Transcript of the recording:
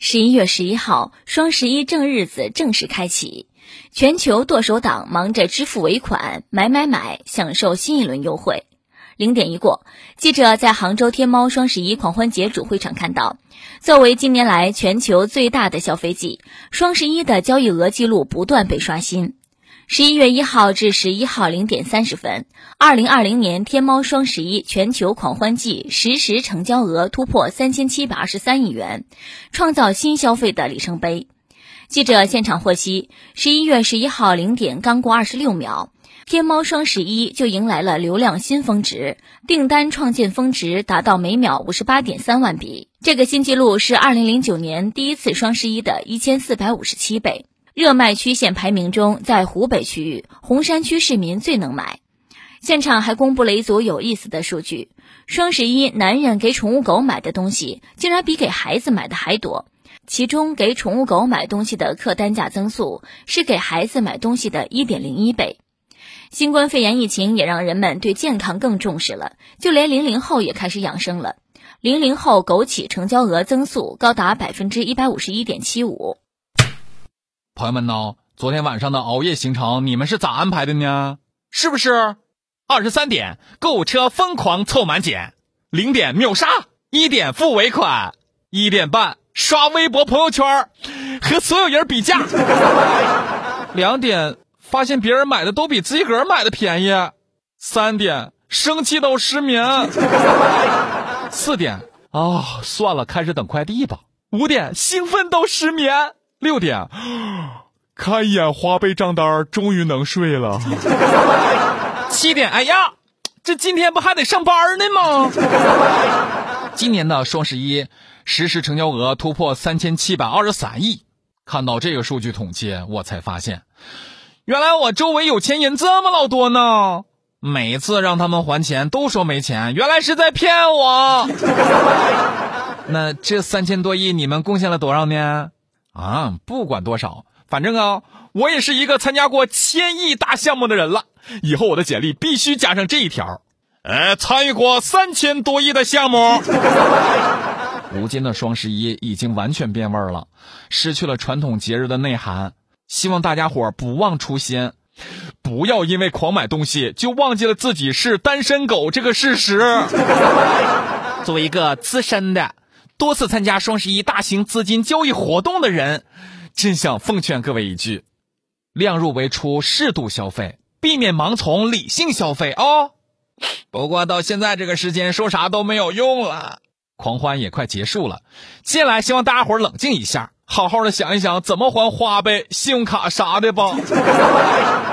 11月11号，双11正日子正式开启，全球剁手党忙着支付尾款，买，享受新一轮优惠。0点一过，记者在杭州天猫双11狂欢节主会场看到，作为近年来全球最大的消费季，双11的交易额记录不断被刷新。11月1号至11号0点30分，2020年天猫双11全球狂欢季实时成交额突破3723亿元，创造新消费的里程碑。记者现场获悉，11月11号0点刚过26秒，天猫双11就迎来了流量新峰值，订单创建峰值达到每秒 58.3 万笔，这个新纪录是2009年第一次双11的1457倍。热卖区县排名中，在湖北区域，洪山区市民最能买。现场还公布了一组有意思的数据，双11男人给宠物狗买的东西竟然比给孩子买的还多，其中给宠物狗买东西的客单价增速是给孩子买东西的 1.01 倍。新冠肺炎疫情也让人们对健康更重视了，就连00后也开始养生了。00后枸杞成交额增速高达 151.75%。 朋友们呢，昨天晚上的熬夜行程你们是咋安排的呢？是不是23点购物车疯狂凑满减，0点秒杀，1点付尾款，1点半刷微博朋友圈和所有人比价，2点发现别人买的都比自己个儿买的便宜，3点生气到失眠，4点算了，开始等快递吧，5点兴奋到失眠，6点看一眼花呗账单终于能睡了，7点哎呀，这今天不还得上班呢吗？今年的双11实时成交额突破3723亿，看到这个数据统计，我才发现原来我周围有钱人这么老多呢，每次让他们还钱都说没钱，原来是在骗我那这3000多亿你们贡献了多少呢？不管多少，反正我也是一个参加过1000亿大项目的人了，以后我的简历必须加上这一条，参与过3000多亿的项目如今的双11已经完全变味了，失去了传统节日的内涵，希望大家伙不忘初心，不要因为狂买东西就忘记了自己是单身狗这个事实作为一个资深的多次参加双11大型资金交易活动的人，真想奉劝各位一句，量入为出，适度消费，避免盲从，理性消费不过到现在这个时间说啥都没有用了，狂欢也快结束了，接下来希望大家伙冷静一下，好好的想一想怎么还花呗、信用卡啥的吧